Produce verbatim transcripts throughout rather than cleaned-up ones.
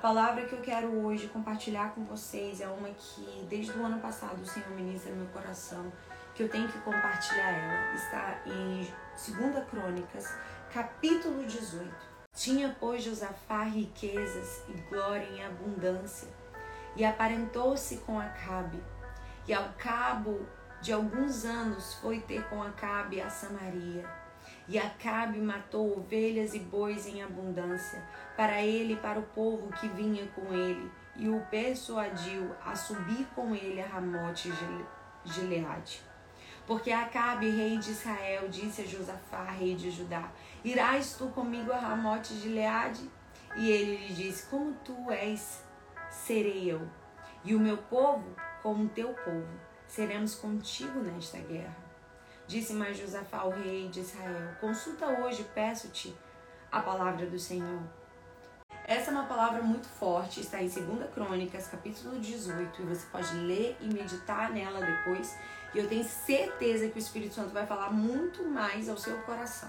palavra que eu quero hoje compartilhar com vocês é uma que desde o ano passado o Senhor ministra no meu coração, que eu tenho que compartilhar ela. Está em segunda Crônicas, capítulo dezoito. Tinha, pois, Josafá riquezas e glória em abundância, e aparentou-se com Acabe. E ao cabo de alguns anos foi ter com Acabe a Samaria. E Acabe matou ovelhas e bois em abundância, para ele e para o povo que vinha com ele, e o persuadiu a subir com ele a Ramote Gileade. Porque Acabe, rei de Israel, disse a Josafá, rei de Judá: irás tu comigo a Ramote Gileade? E ele lhe disse: como tu és, serei eu, e o meu povo como o teu povo, seremos contigo nesta guerra. Disse mais Josafá ao rei de Israel: consulta hoje, peço-te, a palavra do Senhor. Essa é uma palavra muito forte, está em segunda Crônicas, capítulo dezoito, e você pode ler e meditar nela depois, e eu tenho certeza que o Espírito Santo vai falar muito mais ao seu coração.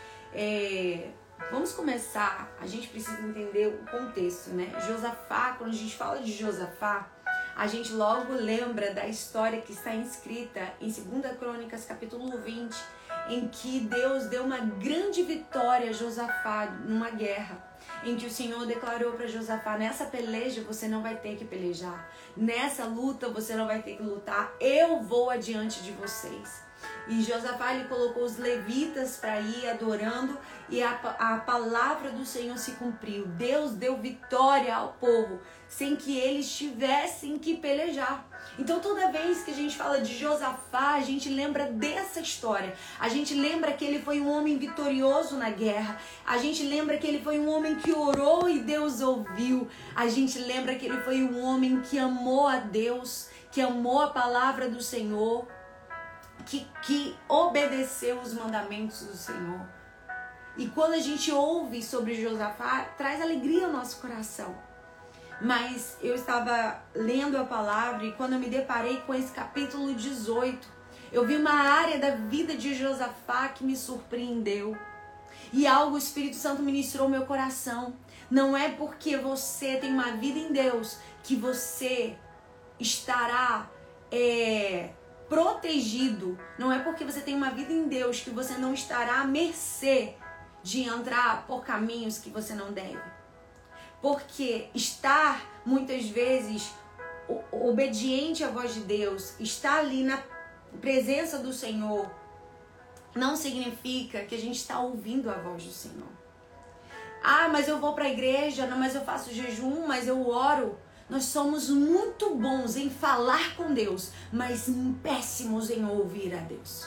É, vamos começar, a gente precisa entender o contexto, né? Josafá, quando a gente fala de Josafá, a gente logo lembra da história que está inscrita em segunda Crônicas, capítulo vinte, em que Deus deu uma grande vitória a Josafá numa guerra, em que o Senhor declarou para Josafá: nessa peleja você não vai ter que pelejar, nessa luta você não vai ter que lutar, eu vou adiante de vocês. E Josafá ele colocou os levitas para ir adorando, e a, a palavra do Senhor se cumpriu. Deus deu vitória ao povo sem que eles tivessem que pelejar. Então toda vez que a gente fala de Josafá, a gente lembra dessa história. A gente lembra que ele foi um homem vitorioso na guerra. A gente lembra que ele foi um homem que orou e Deus ouviu. A gente lembra que ele foi um homem que amou a Deus, que amou a palavra do Senhor, Que, que obedeceu os mandamentos do Senhor. E quando a gente ouve sobre Josafá, traz alegria ao nosso coração. Mas eu estava lendo a palavra, e quando eu me deparei com esse capítulo dezoito, eu vi uma área da vida de Josafá que me surpreendeu. E algo o Espírito Santo ministrou meu coração. Não é porque você tem uma vida em Deus que você estará é, protegido. Não é porque você tem uma vida em Deus que você não estará à mercê de entrar por caminhos que você não deve. Porque estar, muitas vezes, obediente à voz de Deus, estar ali na presença do Senhor, não significa que a gente está ouvindo a voz do Senhor. Ah, mas eu vou para a igreja, não, mas eu faço jejum, mas eu oro. Nós somos muito bons em falar com Deus, mas péssimos em ouvir a Deus.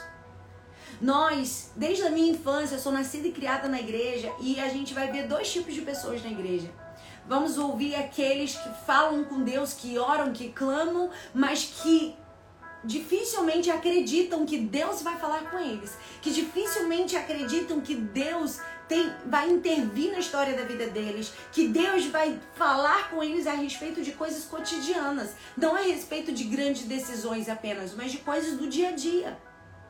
Nós, desde a minha infância, eu sou nascida e criada na igreja, e a gente vai ver dois tipos de pessoas na igreja. Vamos ouvir aqueles que falam com Deus, que oram, que clamam, mas que dificilmente acreditam que Deus vai falar com eles, que dificilmente acreditam que Deus tem, vai intervir na história da vida deles, que Deus vai falar com eles a respeito de coisas cotidianas, não a respeito de grandes decisões apenas, mas de coisas do dia a dia.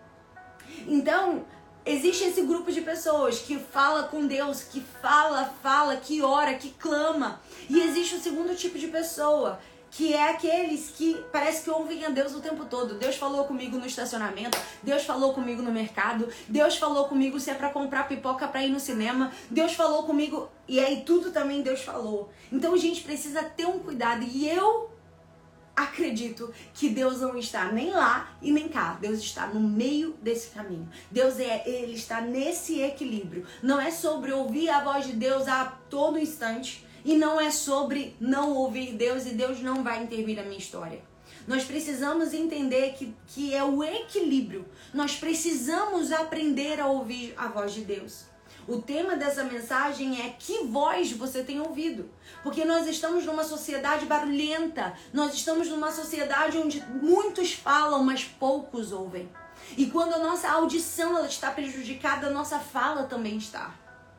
Então, existe esse grupo de pessoas que fala com Deus, que fala, fala, que ora, que clama. E existe o segundo tipo de pessoa, que é aqueles que parece que ouvem a Deus o tempo todo. Deus falou comigo no estacionamento, Deus falou comigo no mercado, Deus falou comigo se é pra comprar pipoca pra ir no cinema, Deus falou comigo, e aí tudo também Deus falou. Então a gente precisa ter um cuidado, e eu acredito que Deus não está nem lá e nem cá. Deus está no meio desse caminho. Deus é, ele está nesse equilíbrio. Não é sobre ouvir a voz de Deus a todo instante, e não é sobre não ouvir Deus e Deus não vai intervir na minha história. Nós precisamos entender que, que é o equilíbrio. Nós precisamos aprender a ouvir a voz de Deus. O tema dessa mensagem é: que voz você tem ouvido? Porque nós estamos numa sociedade barulhenta. Nós estamos numa sociedade onde muitos falam, mas poucos ouvem. E quando a nossa audição ela está prejudicada, a nossa fala também está.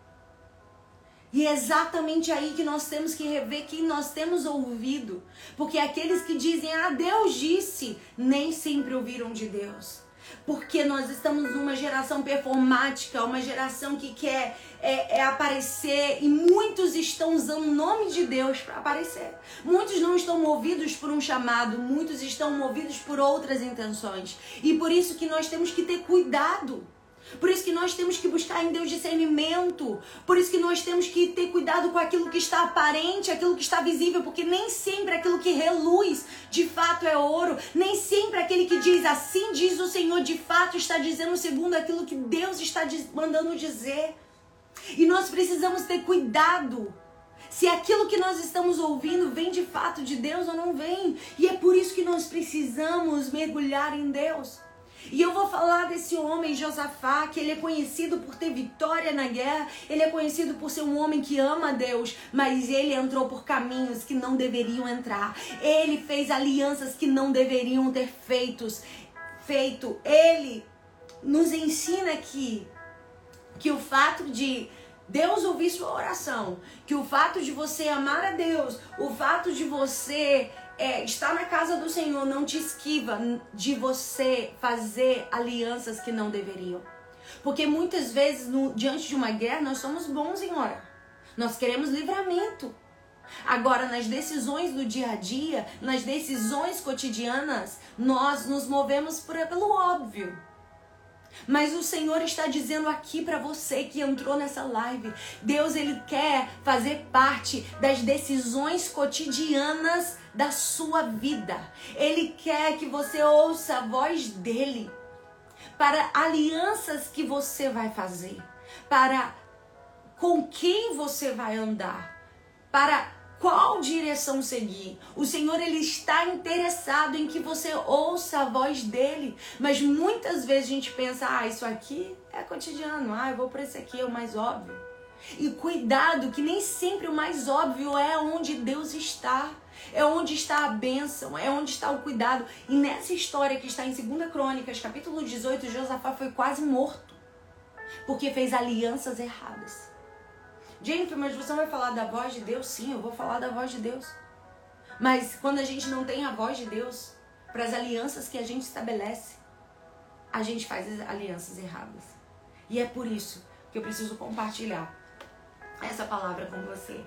E é exatamente aí que nós temos que rever quem nós temos ouvido. Porque aqueles que dizem: ah, Deus disse, nem sempre ouviram de Deus. Porque nós estamos numa geração performática, uma geração que quer é, é aparecer, e muitos estão usando o nome de Deus para aparecer. Muitos não estão movidos por um chamado, muitos estão movidos por outras intenções. E por isso que nós temos que ter cuidado. Por isso que nós temos que buscar em Deus discernimento. Por isso que nós temos que ter cuidado com aquilo que está aparente, aquilo que está visível, porque nem sempre aquilo que reluz de fato é ouro. Nem sempre aquele que diz assim diz o Senhor de fato está dizendo segundo aquilo que Deus está mandando dizer. E nós precisamos ter cuidado se aquilo que nós estamos ouvindo vem de fato de Deus ou não vem. E é por isso que nós precisamos mergulhar em Deus. E eu vou falar desse homem, Josafá, que ele é conhecido por ter vitória na guerra, ele é conhecido por ser um homem que ama a Deus, mas ele entrou por caminhos que não deveriam entrar. Ele fez alianças que não deveriam ter feitos, feito. Ele nos ensina aqui que o fato de Deus ouvir sua oração, que o fato de você amar a Deus, o fato de você É, estar na casa do Senhor não te esquiva de você fazer alianças que não deveriam. Porque muitas vezes, no, diante de uma guerra, nós somos bons em orar. Nós queremos livramento. Agora, nas decisões do dia a dia, nas decisões cotidianas, nós nos movemos por, pelo óbvio. Mas o Senhor está dizendo aqui para você que entrou nessa live, Deus, Ele quer fazer parte das decisões cotidianas da sua vida. Ele quer que você ouça a voz dEle para alianças que você vai fazer, para com quem você vai andar, para qual direção seguir. O Senhor, Ele está interessado em que você ouça a voz dEle. Mas muitas vezes a gente pensa, ah, isso aqui é cotidiano, ah, eu vou por esse aqui, é o mais óbvio. E cuidado, que nem sempre o mais óbvio é onde Deus está. É onde está a bênção, é onde está o cuidado. E nessa história que está em segunda Crônicas, capítulo dezoito, Josafá foi quase morto, porque fez alianças erradas. Jennifer, mas você vai falar da voz de Deus? Sim, eu vou falar da voz de Deus. Mas quando a gente não tem a voz de Deus para as alianças que a gente estabelece, a gente faz as alianças erradas. E é por isso que eu preciso compartilhar essa palavra com você.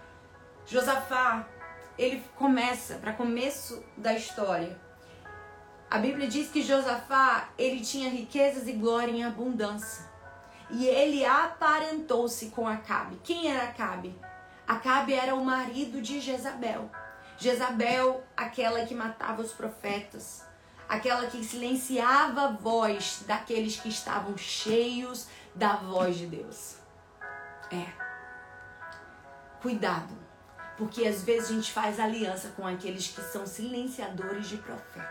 Josafá, ele começa, para começo da história, a Bíblia diz que Josafá, ele tinha riquezas e glória em abundância. E ele aparentou-se com Acabe. Quem era Acabe? Acabe era o marido de Jezabel. Jezabel, aquela que matava os profetas, aquela que silenciava a voz daqueles que estavam cheios da voz de Deus. É. Cuidado, porque às vezes a gente faz aliança com aqueles que são silenciadores de profetas.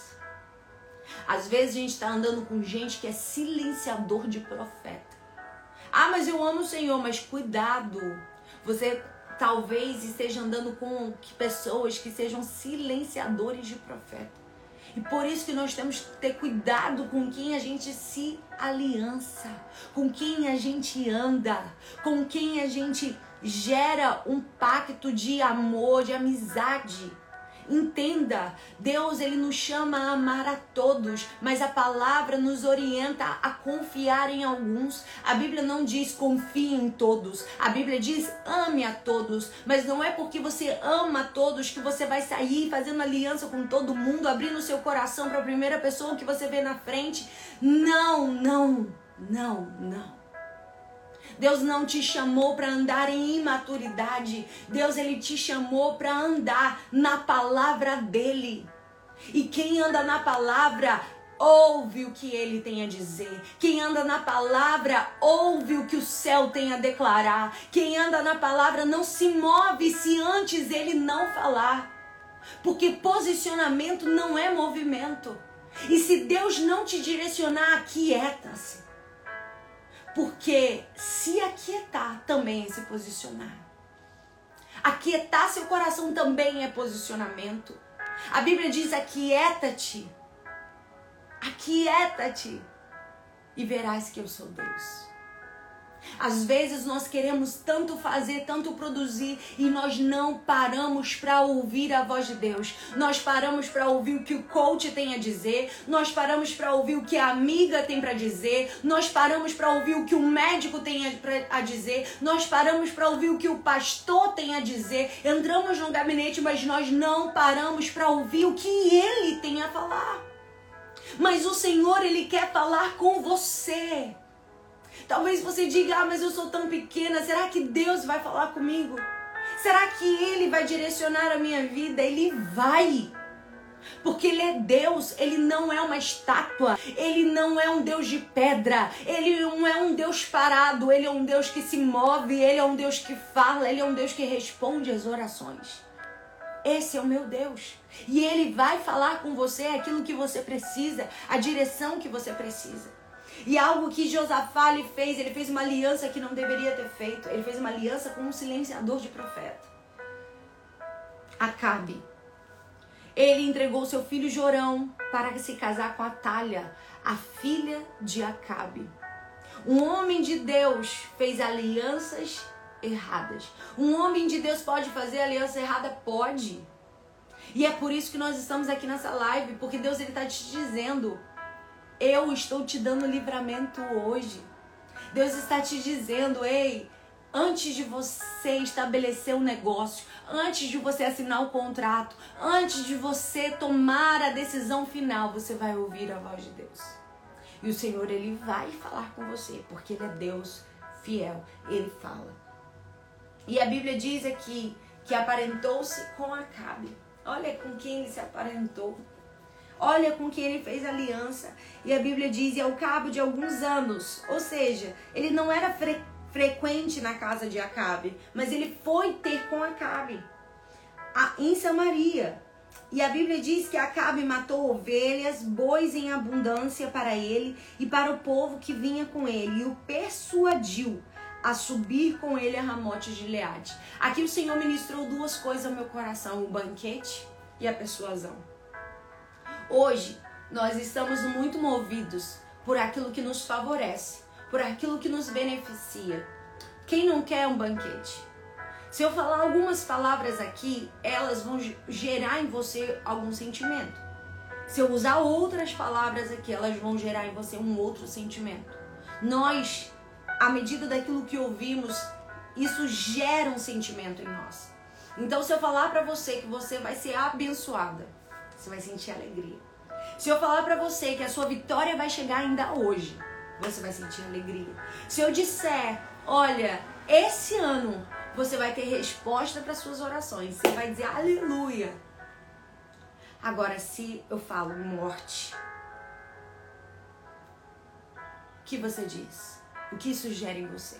Às vezes a gente está andando com gente que é silenciador de profeta. Ah, mas eu amo o Senhor, mas cuidado. Você talvez esteja andando com pessoas que sejam silenciadores de profeta. E por isso que nós temos que ter cuidado com quem a gente se aliança, com quem a gente anda, com quem a gente gera um pacto de amor, de amizade. Entenda, Deus, Ele nos chama a amar a todos, mas a palavra nos orienta a confiar em alguns. A Bíblia não diz confie em todos, a Bíblia diz ame a todos, mas não é porque você ama a todos que você vai sair fazendo aliança com todo mundo, abrindo seu coração para a primeira pessoa que você vê na frente. Não, não, não, não. Deus não te chamou para andar em imaturidade. Deus, Ele te chamou para andar na palavra dEle. E quem anda na palavra, ouve o que Ele tem a dizer. Quem anda na palavra, ouve o que o céu tem a declarar. Quem anda na palavra não se move se antes Ele não falar. Porque posicionamento não é movimento. E se Deus não te direcionar, aquieta-se. Porque se aquietar também é se posicionar. Aquietar seu coração também é posicionamento. A Bíblia diz: aquieta-te. Aquieta-te e verás que eu sou Deus. Às vezes nós queremos tanto fazer, tanto produzir e nós não paramos para ouvir a voz de Deus. Nós paramos para ouvir o que o coach tem a dizer, nós paramos para ouvir o que a amiga tem para dizer, nós paramos para ouvir o que o médico tem a, a dizer, nós paramos para ouvir o que o pastor tem a dizer. Entramos no gabinete, mas nós não paramos para ouvir o que ele tem a falar. Mas o Senhor, ele quer falar com você. Talvez você diga, ah, mas eu sou tão pequena, será que Deus vai falar comigo? Será que Ele vai direcionar a minha vida? Ele vai. Porque Ele é Deus, Ele não é uma estátua, Ele não é um Deus de pedra, Ele não é um Deus parado, Ele é um Deus que se move, Ele é um Deus que fala, Ele é um Deus que responde às orações. Esse é o meu Deus. E Ele vai falar com você aquilo que você precisa, a direção que você precisa. E algo que Josafá ele fez, ele fez uma aliança que não deveria ter feito. Ele fez uma aliança com um silenciador de profeta. Acabe. Ele entregou seu filho Jorão para se casar com Atalha, a filha de Acabe. Um homem de Deus fez alianças erradas. Um homem de Deus pode fazer aliança errada? Pode. E é por isso que nós estamos aqui nessa live, porque Deus ele está te dizendo... Eu estou te dando livramento hoje. Deus está te dizendo, ei, antes de você estabelecer um negócio, antes de você assinar o contrato, antes de você tomar a decisão final, você vai ouvir a voz de Deus. E o Senhor, Ele vai falar com você, porque Ele é Deus fiel, Ele fala. E a Bíblia diz aqui que aparentou-se com Acabe. Olha com quem ele se aparentou. Olha com quem ele fez aliança. E a Bíblia diz, e ao cabo de alguns anos, ou seja, ele não era fre- frequente na casa de Acabe, mas ele foi ter com Acabe a, em Samaria. E a Bíblia diz que Acabe matou ovelhas, bois em abundância para ele e para o povo que vinha com ele, e o persuadiu a subir com ele a Ramote de Gileade. Aqui o Senhor ministrou duas coisas ao meu coração, o banquete e a persuasão. Hoje, nós estamos muito movidos por aquilo que nos favorece, por aquilo que nos beneficia. Quem não quer um banquete? Se eu falar algumas palavras aqui, elas vão gerar em você algum sentimento. Se eu usar outras palavras aqui, elas vão gerar em você um outro sentimento. Nós, à medida daquilo que ouvimos, isso gera um sentimento em nós. Então, se eu falar para você que você vai ser abençoada, você vai sentir alegria. Se eu falar pra você que a sua vitória vai chegar ainda hoje, você vai sentir alegria. Se eu disser, olha, esse ano você vai ter resposta para suas orações, você vai dizer aleluia. Agora, se eu falo morte, o que você diz? O que isso gera em você?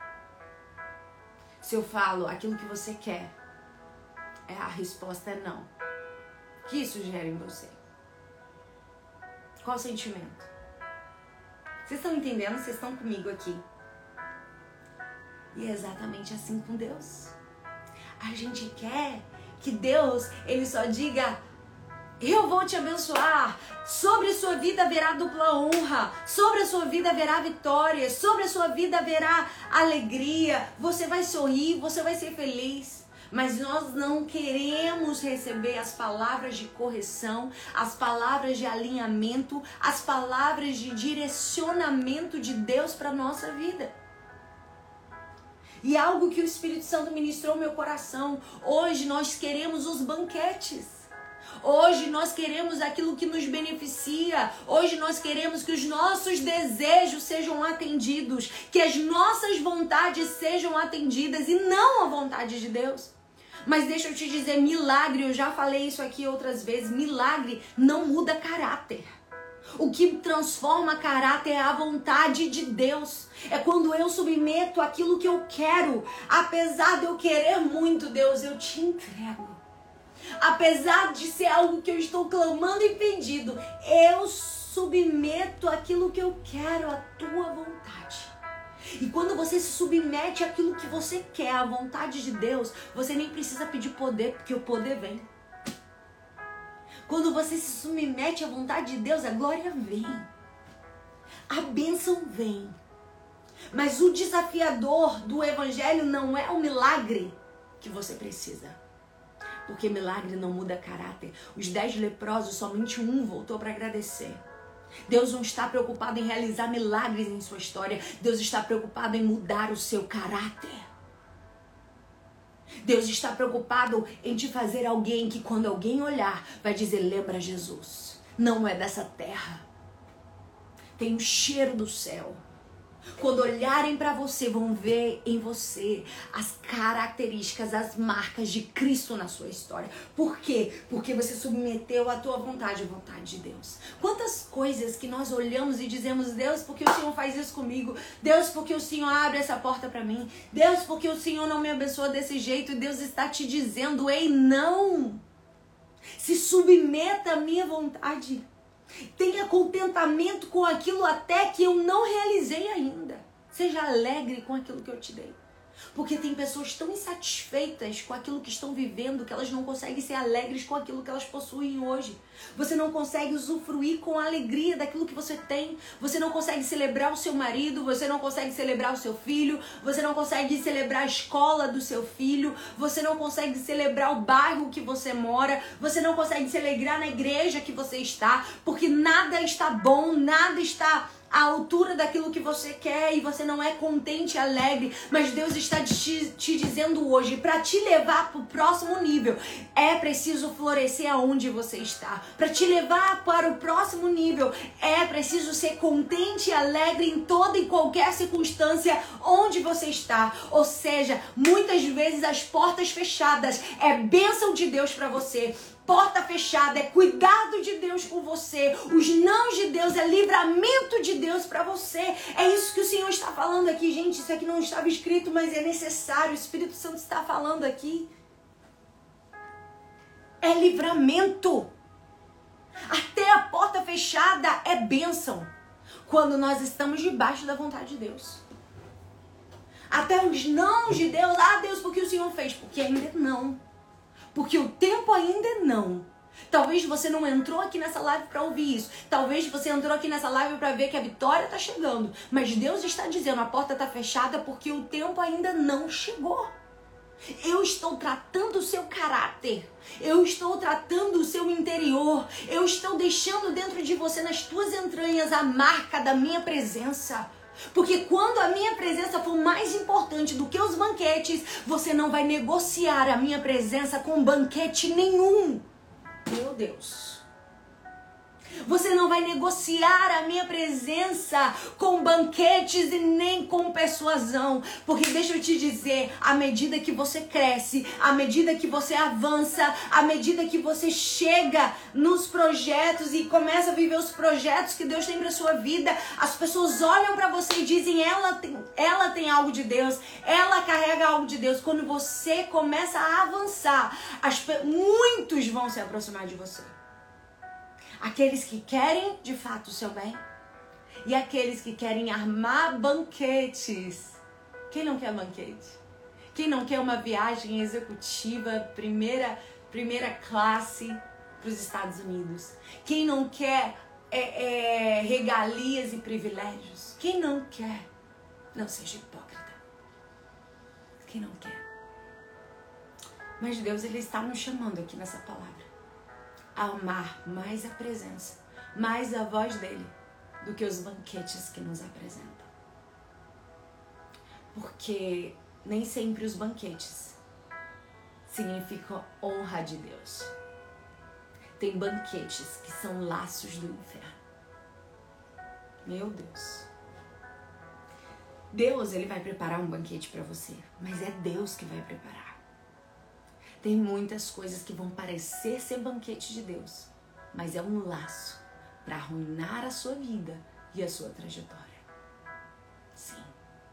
Se eu falo aquilo que você quer, é a resposta é não. O que isso gera em você? Qual o sentimento? Vocês estão entendendo? Vocês estão comigo aqui? E é exatamente assim com Deus. A gente quer que Deus, Ele só diga, eu vou te abençoar, sobre a sua vida haverá dupla honra, sobre a sua vida haverá vitória, sobre a sua vida haverá alegria, você vai sorrir, você vai ser feliz. Mas nós não queremos receber as palavras de correção, as palavras de alinhamento, as palavras de direcionamento de Deus para a nossa vida. E algo que o Espírito Santo ministrou no meu coração. Hoje nós queremos os banquetes. Hoje nós queremos aquilo que nos beneficia. Hoje nós queremos que os nossos desejos sejam atendidos, que as nossas vontades sejam atendidas e não a vontade de Deus. Mas deixa eu te dizer, milagre, eu já falei isso aqui outras vezes, milagre não muda caráter. O que transforma caráter é a vontade de Deus. É quando eu submeto aquilo que eu quero. Apesar de eu querer muito, Deus, eu te entrego. Apesar de ser algo que eu estou clamando e pedindo, eu submeto aquilo que eu quero à tua vontade. E quando você se submete àquilo que você quer, à vontade de Deus, você nem precisa pedir poder, porque o poder vem. Quando você se submete à vontade de Deus, a glória vem. A bênção vem. Mas o desafiador do evangelho não é o milagre que você precisa. Porque milagre não muda caráter. Os dez leprosos, somente um voltou para agradecer. Deus não está preocupado em realizar milagres em sua história. Deus está preocupado em mudar o seu caráter. Deus está preocupado em te fazer alguém que quando alguém olhar vai dizer, lembra Jesus. Não é dessa terra. Tem o cheiro do céu. Quando olharem para você, vão ver em você as características, as marcas de Cristo na sua história. Por quê? Porque você submeteu a tua vontade à vontade de Deus. Quantas coisas que nós olhamos e dizemos, Deus, porque o Senhor faz isso comigo? Deus, porque o Senhor abre essa porta para mim? Deus, porque o Senhor não me abençoa desse jeito? E Deus está te dizendo, ei, não! Se submeta à minha vontade. Tenha contentamento com aquilo até que eu não realizei ainda. Seja alegre com aquilo que eu te dei. Porque tem pessoas tão insatisfeitas com aquilo que estão vivendo que elas não conseguem ser alegres com aquilo que elas possuem hoje. Você não consegue usufruir com alegria daquilo que você tem. Você não consegue celebrar o seu marido, você não consegue celebrar o seu filho, você não consegue celebrar a escola do seu filho, você não consegue celebrar o bairro que você mora, você não consegue se alegrar na igreja que você está, porque nada está bom, nada está à altura daquilo que você quer e você não é contente e alegre, mas Deus está te, te dizendo hoje, para te levar para o próximo nível, é preciso florescer aonde você está. Para te levar para o próximo nível, é preciso ser contente e alegre em toda e qualquer circunstância onde você está. Ou seja, muitas vezes as portas fechadas é bênção de Deus para você. Porta fechada é cuidado de Deus com você. Os nãos de Deus é livramento de Deus para você. É isso que o Senhor está falando aqui, gente. Isso aqui não estava escrito, mas é necessário. O Espírito Santo está falando aqui. É livramento. Até a porta fechada é bênção. Quando nós estamos debaixo da vontade de Deus. Até os nãos de Deus. Ah, Deus, por que o Senhor fez? Porque ainda não. Porque o tempo ainda não. Talvez você não entrou aqui nessa live para ouvir isso. Talvez você entrou aqui nessa live para ver que a vitória está chegando. Mas Deus está dizendo, a porta está fechada porque o tempo ainda não chegou. Eu estou tratando o seu caráter. Eu estou tratando o seu interior. Eu estou deixando dentro de você, nas tuas entranhas, a marca da minha presença. Porque quando a minha presença for mais importante do que os banquetes, você não vai negociar a minha presença com banquete nenhum. Meu Deus. Você não vai negociar a minha presença com banquetes e nem com persuasão. Porque deixa eu te dizer, à medida que você cresce, à medida que você avança, à medida que você chega nos projetos e começa a viver os projetos que Deus tem para sua vida, as pessoas olham para você e dizem, ela tem, ela tem algo de Deus, ela carrega algo de Deus. Quando você começa a avançar, as, muitos vão se aproximar de você. Aqueles que querem, de fato, o seu bem. E aqueles que querem armar banquetes. Quem não quer banquete? Quem não quer uma viagem executiva, primeira, primeira classe para os Estados Unidos? Quem não quer é, é, regalias e privilégios? Quem não quer? Não seja hipócrita. Quem não quer? Mas Deus, Ele está nos chamando aqui nessa palavra. Amar mais a presença, mais a voz dele, do que os banquetes que nos apresentam. Porque nem sempre os banquetes significam honra de Deus. Tem banquetes que são laços do inferno. Meu Deus. Deus, ele vai preparar um banquete para você, mas é Deus que vai preparar. Tem muitas coisas que vão parecer ser banquete de Deus, mas é um laço para arruinar a sua vida e a sua trajetória. Sim.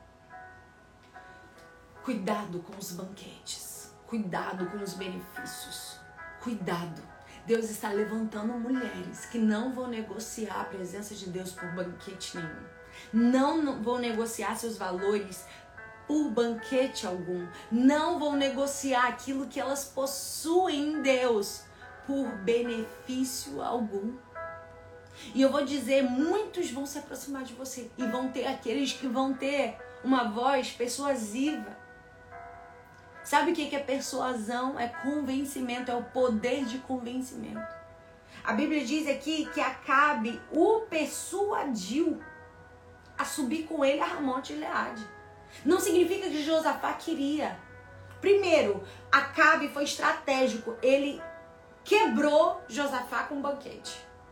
Cuidado com os banquetes. Cuidado com os benefícios. Cuidado. Deus está levantando mulheres que não vão negociar a presença de Deus por banquete nenhum. Não, não vão negociar seus valores por banquete algum. Não vão negociar aquilo que elas possuem em Deus por benefício algum. E eu vou dizer, muitos vão se aproximar de você e vão ter aqueles que vão ter uma voz persuasiva. Sabe o que é persuasão? É convencimento, é o poder de convencimento. A Bíblia diz aqui que Acabe o persuadiu a subir com ele a Ramote Gileade. Não significa que Josafá queria. Primeiro, Acabe foi estratégico. Ele quebrou Josafá com um banquete.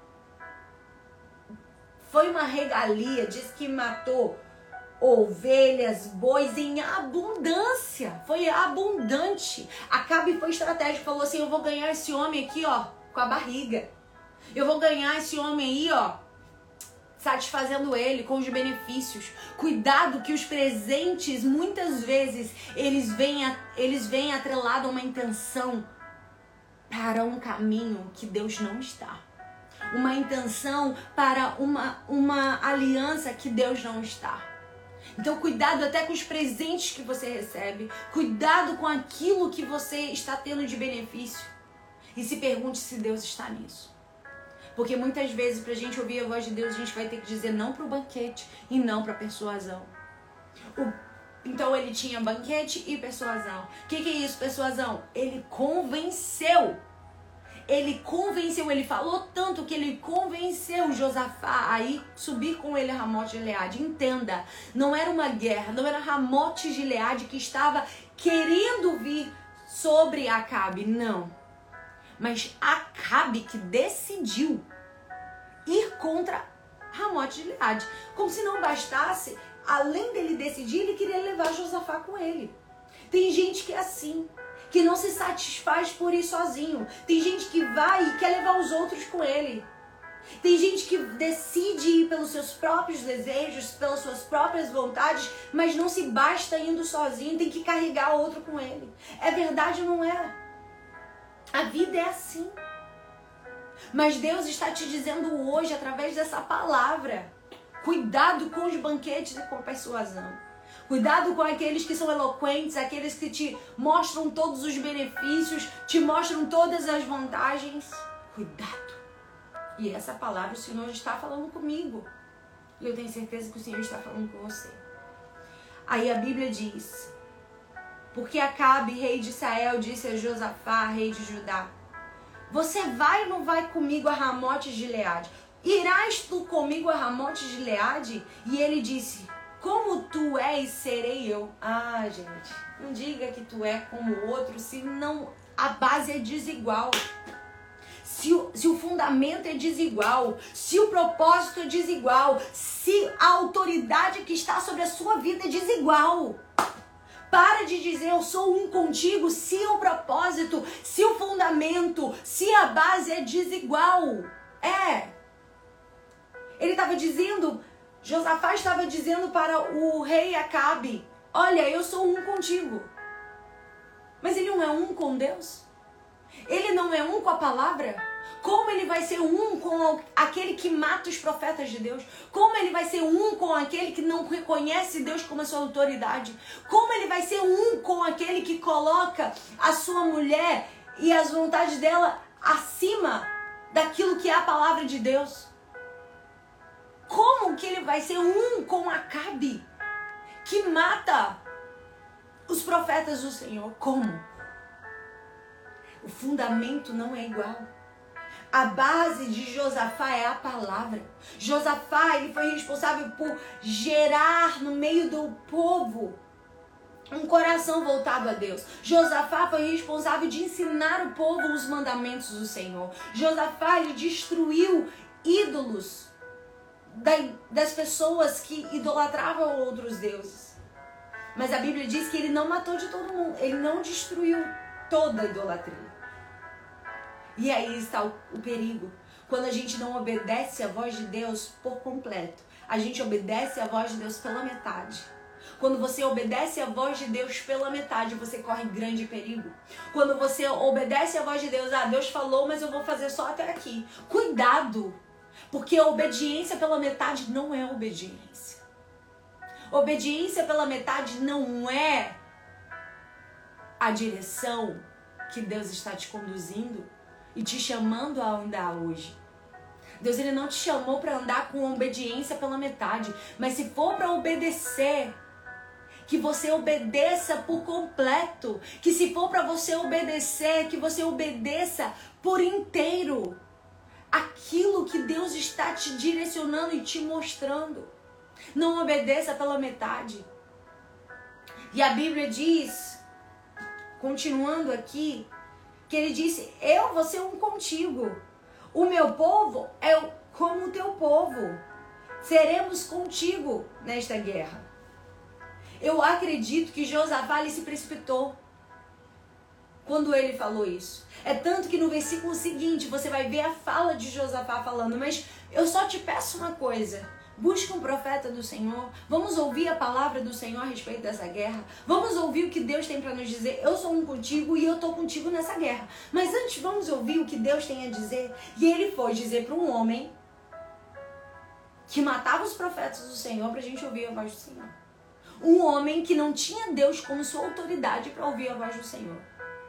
Foi uma regalia, diz que matou ovelhas, bois em abundância. Foi abundante. Acabe foi estratégico, falou assim, eu vou ganhar esse homem aqui, ó, com a barriga. Eu vou ganhar esse homem aí, ó, satisfazendo ele com os benefícios. Cuidado que os presentes, muitas vezes, eles vêm, eles vêm atrelados a uma intenção para um caminho que Deus não está. Uma intenção para uma, uma aliança que Deus não está. Então, cuidado até com os presentes que você recebe. Cuidado com aquilo que você está tendo de benefício. E se pergunte se Deus está nisso. Porque muitas vezes, para a gente ouvir a voz de Deus, a gente vai ter que dizer não para o banquete e não para a persuasão. O, então, ele tinha banquete e persuasão. O que, que é isso, persuasão? Ele convenceu. Ele convenceu, ele falou tanto que ele convenceu Josafá a ir subir com ele a Ramote Gileade. Entenda, não era uma guerra, não era Ramote Gileade que estava querendo vir sobre Acabe, não. Mas Acabe que decidiu ir contra Ramote Gileade. Como se não bastasse, além dele decidir, ele queria levar Josafá com ele. Tem gente que é assim, que não se satisfaz por ir sozinho. Tem gente que vai e quer levar os outros com ele. Tem gente que decide ir pelos seus próprios desejos, pelas suas próprias vontades, mas não se basta indo sozinho, tem que carregar outro com ele. É verdade ou não é? A vida é assim. Mas Deus está te dizendo hoje, através dessa palavra, cuidado com os banquetes e com a persuasão. Cuidado com aqueles que são eloquentes, aqueles que te mostram todos os benefícios, te mostram todas as vantagens. Cuidado. E essa palavra o Senhor está falando comigo. E eu tenho certeza que o Senhor está falando com você. Aí a Bíblia diz, porque Acabe, rei de Israel, disse a Josafá, rei de Judá, você vai ou não vai comigo a Ramote Gileade? Irás tu comigo a Ramote Gileade? E ele disse, como tu és, serei eu. Ah, gente, não diga que tu é como o outro, se não, a base é desigual. Se o, se o fundamento é desigual, se o propósito é desigual, se a autoridade que está sobre a sua vida é desigual. Para de dizer eu sou um contigo, se o propósito, se o fundamento, se a base é desigual. É. Ele estava dizendo, Josafá estava dizendo para o rei Acabe, olha, eu sou um contigo. Mas ele não é um com Deus? Ele não é um com a palavra? Como ele vai ser um com aquele que mata os profetas de Deus? Como ele vai ser um com aquele que não reconhece Deus como a sua autoridade? Como ele vai ser um com aquele que coloca a sua mulher e as vontades dela acima daquilo que é a palavra de Deus? Como que ele vai ser um com Acabe, que mata os profetas do Senhor? Como? O fundamento não é igual. A base de Josafá é a palavra. Josafá, ele foi responsável por gerar no meio do povo um coração voltado a Deus. Josafá foi responsável de ensinar o povo os mandamentos do Senhor. Josafá, ele destruiu ídolos das pessoas que idolatravam outros deuses. Mas a Bíblia diz que ele não matou de todo mundo. Ele não destruiu toda a idolatria. E aí está o, o perigo. Quando a gente não obedece a voz de Deus por completo. A gente obedece a voz de Deus pela metade. Quando você obedece a voz de Deus pela metade, você corre grande perigo. Quando você obedece a voz de Deus, ah, Deus falou, mas eu vou fazer só até aqui. Cuidado! Porque a obediência pela metade não é obediência. Obediência pela metade não é a direção que Deus está te conduzindo e te chamando a andar hoje. Deus, ele não te chamou para andar com obediência pela metade, mas se for para obedecer que você obedeça por completo. Que se for para você obedecer, que você obedeça por inteiro. Aquilo que Deus está te direcionando e te mostrando. Não obedeça pela metade. E a Bíblia diz, continuando aqui, que ele disse, eu vou ser um contigo. O meu povo é como o teu povo. Seremos contigo nesta guerra. Eu acredito que Josafá ele se precipitou quando ele falou isso. É tanto que no versículo seguinte você vai ver a fala de Josafá falando, mas eu só te peço uma coisa. Busca um profeta do Senhor. Vamos ouvir a palavra do Senhor a respeito dessa guerra. Vamos ouvir o que Deus tem para nos dizer. Eu sou um contigo e eu estou contigo nessa guerra. Mas antes vamos ouvir o que Deus tem a dizer. E ele foi dizer para um homem que matava os profetas do Senhor para a gente ouvir a voz do Senhor. Um homem que não tinha Deus como sua autoridade para ouvir a voz do Senhor.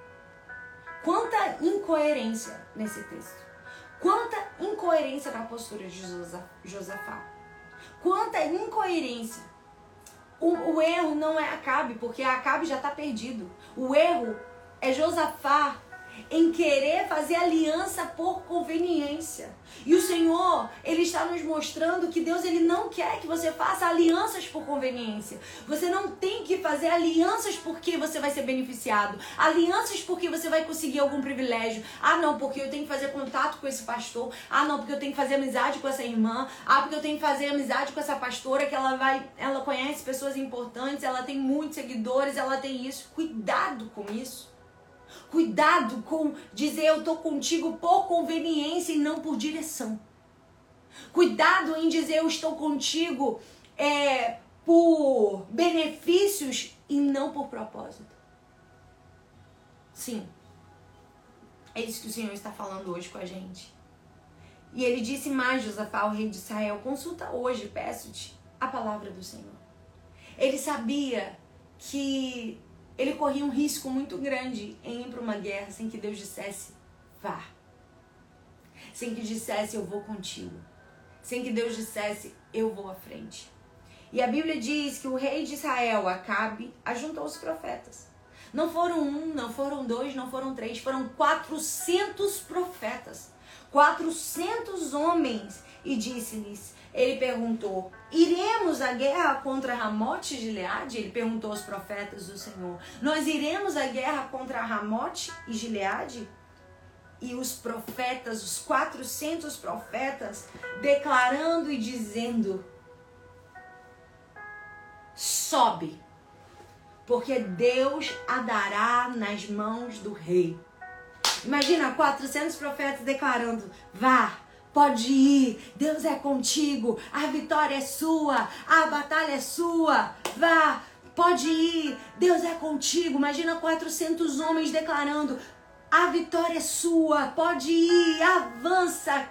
Quanta incoerência nesse texto. Quanta incoerência na postura de Josafá. Quanta incoerência. O, o erro não é Acabe, porque Acabe já está perdido. O erro é Josafá em querer fazer aliança por conveniência. E o Senhor, Ele está nos mostrando que Deus ele não quer que você faça alianças por conveniência. Você não tem que fazer alianças porque você vai ser beneficiado. Alianças porque você vai conseguir algum privilégio. Ah, não, porque eu tenho que fazer contato com esse pastor. Ah, não, porque eu tenho que fazer amizade com essa irmã. Ah, porque eu tenho que fazer amizade com essa pastora que ela vai, ela conhece pessoas importantes, ela tem muitos seguidores, ela tem isso. Cuidado com isso. Cuidado com dizer eu tô contigo por conveniência e não por direção. Cuidado em dizer eu estou contigo é, por benefícios e não por propósito. Sim, é isso que o Senhor está falando hoje com a gente. E ele disse mais, Josafá, o rei de Israel, consulta hoje, peço-te, a palavra do Senhor. Ele sabia que ele corria um risco muito grande em ir para uma guerra sem que Deus dissesse, vá. Sem que dissesse, eu vou contigo. Sem que Deus dissesse, eu vou à frente. E a Bíblia diz que o rei de Israel, Acabe, ajuntou os profetas. Não foram um, não foram dois, não foram três, foram quatrocentos profetas. quatrocentos homens. E disse-lhes, ele perguntou, iremos à guerra contra Ramote e Gileade? Ele perguntou aos profetas do Senhor, nós iremos à guerra contra Ramote e Gileade? E os profetas, os quatrocentos profetas, declarando e dizendo, sobe, porque Deus a dará nas mãos do rei. Imagina, quatrocentos profetas declarando, vá. Pode ir, Deus é contigo, a vitória é sua, a batalha é sua, vá, pode ir, Deus é contigo. Imagina quatrocentos homens declarando, a vitória é sua, pode ir, avança.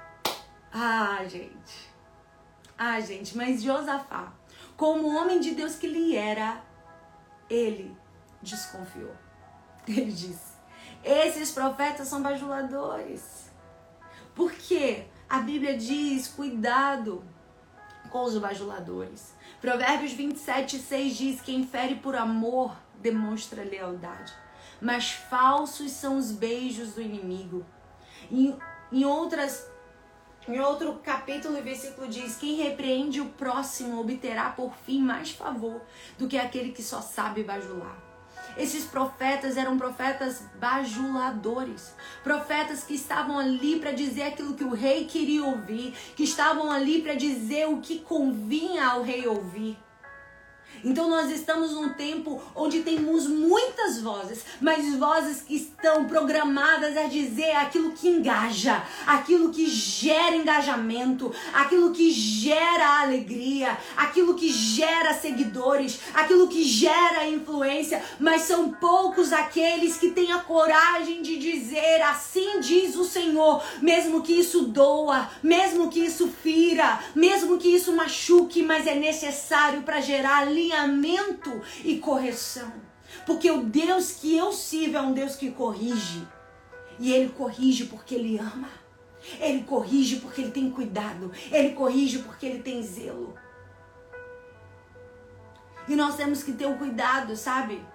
Ah, gente, ah, gente, mas Josafá, como homem de Deus que ele era, ele desconfiou. Ele disse, esses profetas são bajuladores. Porque a Bíblia diz, cuidado com os bajuladores. Provérbios vinte e sete, seis diz, quem fere por amor demonstra lealdade. Mas falsos são os beijos do inimigo. Em, em, outras, em outro capítulo e versículo diz, quem repreende o próximo obterá por fim mais favor do que aquele que só sabe bajular. Esses profetas eram profetas bajuladores, profetas que estavam ali para dizer aquilo que o rei queria ouvir, que estavam ali para dizer o que convinha ao rei ouvir. Então nós estamos num tempo onde temos muitas vozes, mas vozes que estão programadas a dizer aquilo que engaja, aquilo que gera engajamento, aquilo que gera alegria, aquilo que gera seguidores, aquilo que gera influência, mas são poucos aqueles que têm a coragem de dizer, assim diz o Senhor, mesmo que isso doa, mesmo que isso fira, mesmo que isso machuque, mas é necessário para gerar alinhamento e correção, porque o Deus que eu sirvo é um Deus que corrige, e Ele corrige porque Ele ama, Ele corrige porque Ele tem cuidado, Ele corrige porque Ele tem zelo. E nós temos que ter o cuidado, sabe?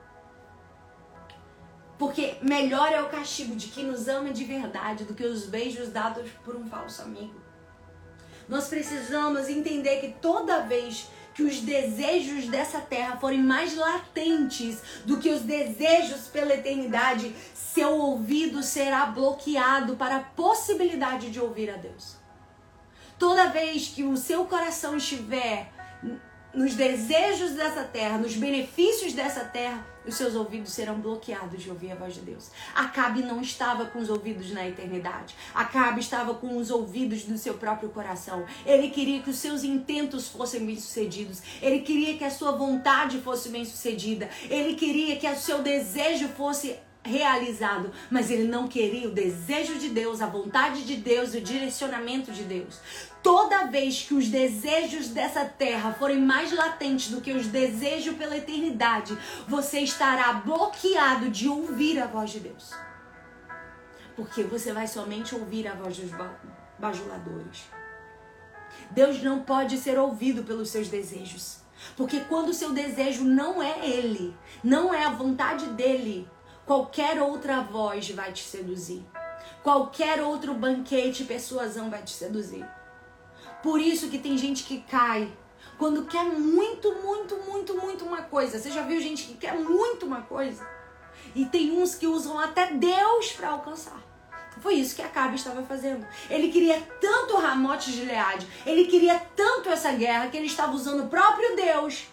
Porque melhor é o castigo de quem nos ama de verdade do que os beijos dados por um falso amigo. Nós precisamos entender que toda vez que os desejos dessa terra forem mais latentes do que os desejos pela eternidade, seu ouvido será bloqueado para a possibilidade de ouvir a Deus. Toda vez que o seu coração estiver nos desejos dessa terra, nos benefícios dessa terra, os seus ouvidos serão bloqueados de ouvir a voz de Deus. Acabe não estava com os ouvidos na eternidade. Acabe estava com os ouvidos do seu próprio coração. Ele queria que os seus intentos fossem bem-sucedidos. Ele queria que a sua vontade fosse bem-sucedida. Ele queria que o seu desejo fosse realizado, mas ele não queria o desejo de Deus, a vontade de Deus, o direcionamento de Deus. Toda vez que os desejos dessa terra forem mais latentes do que os desejos pela eternidade, você estará bloqueado de ouvir a voz de Deus. Porque você vai somente ouvir a voz dos bajuladores. Deus não pode ser ouvido pelos seus desejos. Porque quando o seu desejo não é Ele, não é a vontade dEle, qualquer outra voz vai te seduzir. Qualquer outro banquete e persuasão vai te seduzir. Por isso que tem gente que cai quando quer muito, muito, muito, muito uma coisa. Você já viu gente que quer muito uma coisa? E tem uns que usam até Deus para alcançar. Foi isso que Acabe estava fazendo. Ele queria tanto Ramote de Gileade, ele queria tanto essa guerra que ele estava usando o próprio Deus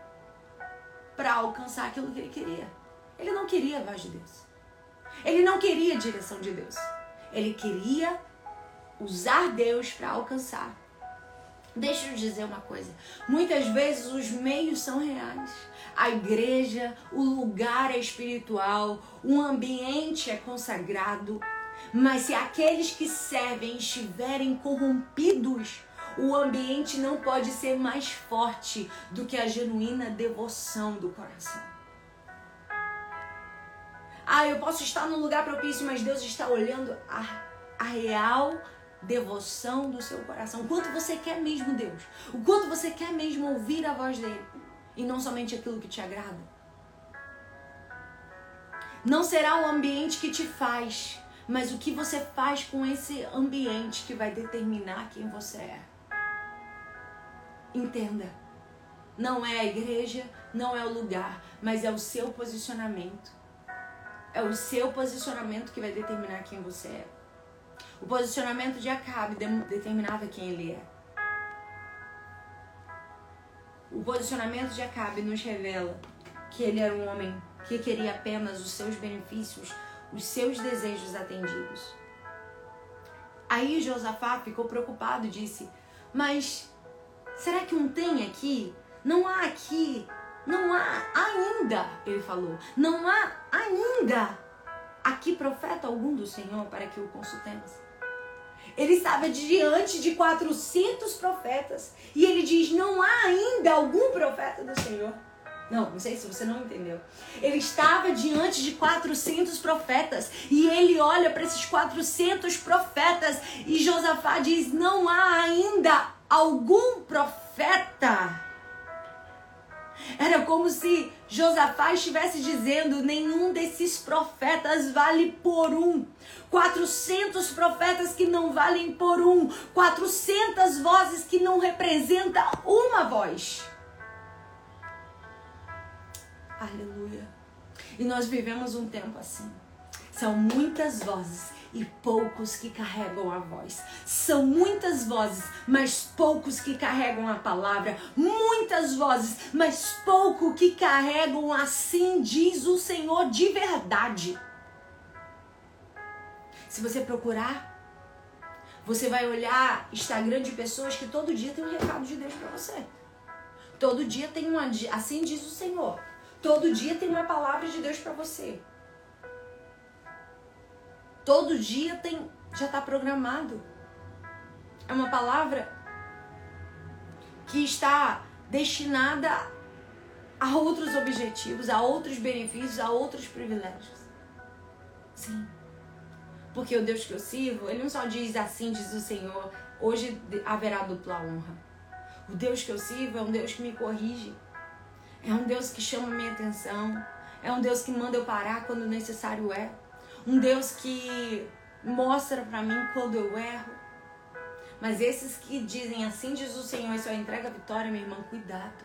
para alcançar aquilo que ele queria. Ele não queria a voz de Deus. Ele não queria a direção de Deus. Ele queria usar Deus para alcançar. Deixa eu dizer uma coisa. Muitas vezes os meios são reais. A igreja, o lugar é espiritual, o ambiente é consagrado. Mas se aqueles que servem estiverem corrompidos, o ambiente não pode ser mais forte do que a genuína devoção do coração. Ah, eu posso estar num lugar propício, mas Deus está olhando a, a real devoção do seu coração. O quanto você quer mesmo Deus. O quanto você quer mesmo ouvir a voz dele. E não somente aquilo que te agrada. Não será o ambiente que te faz, mas o que você faz com esse ambiente que vai determinar quem você é. Entenda. Não é a igreja, não é o lugar, mas é o seu posicionamento. É o seu posicionamento que vai determinar quem você é. O posicionamento de Acabe determinava quem ele é. O posicionamento de Acabe nos revela que ele era um homem que queria apenas os seus benefícios, os seus desejos atendidos. Aí Josafá ficou preocupado e disse: mas será que não tem aqui? Não há aqui, não há ainda, ele falou, não há ainda aqui profeta algum do Senhor para que o consultemos? Ele estava diante de quatrocentos profetas e ele diz: não há ainda algum profeta do Senhor. Não, não sei se você não entendeu. Ele estava diante de quatrocentos profetas e ele olha para esses quatrocentos profetas e Josafá diz: não há ainda algum profeta. Era como se Josafá estivesse dizendo: nenhum desses profetas vale por um. quatrocentos profetas que não valem por um. quatrocentas vozes que não representam uma voz. Aleluia. E nós vivemos um tempo assim. São muitas vozes e poucos que carregam a voz. São muitas vozes, mas poucos que carregam a palavra. Muitas vozes, mas pouco que carregam assim diz o Senhor de verdade. Se você procurar, você vai olhar Instagram de pessoas que todo dia tem um recado de Deus para você. Todo dia tem uma, assim diz o Senhor. Todo dia tem uma palavra de Deus para você. Todo dia tem, já está programado. É uma palavra que está destinada a outros objetivos, a outros benefícios, a outros privilégios. Sim. Porque o Deus que eu sirvo, ele não só diz assim, diz o Senhor, hoje haverá dupla honra. O Deus que eu sirvo é um Deus que me corrige. É um Deus que chama a minha atenção. É um Deus que manda eu parar quando necessário é. Um Deus que mostra pra mim quando eu erro. Mas esses que dizem assim diz o Senhor e só entrega a vitória, minha irmã, cuidado.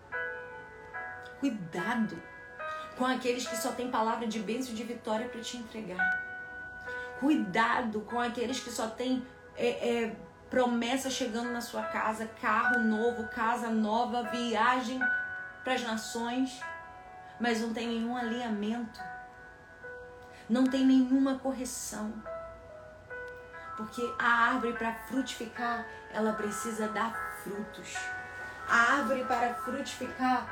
Cuidado com aqueles que só têm palavra de bênção e de vitória para te entregar. Cuidado com aqueles que só têm é, é, promessa chegando na sua casa, carro novo, casa nova, viagem para as nações, mas não tem nenhum alinhamento, não tem nenhuma correção. Porque a árvore, para frutificar, ela precisa dar frutos. A árvore, para frutificar,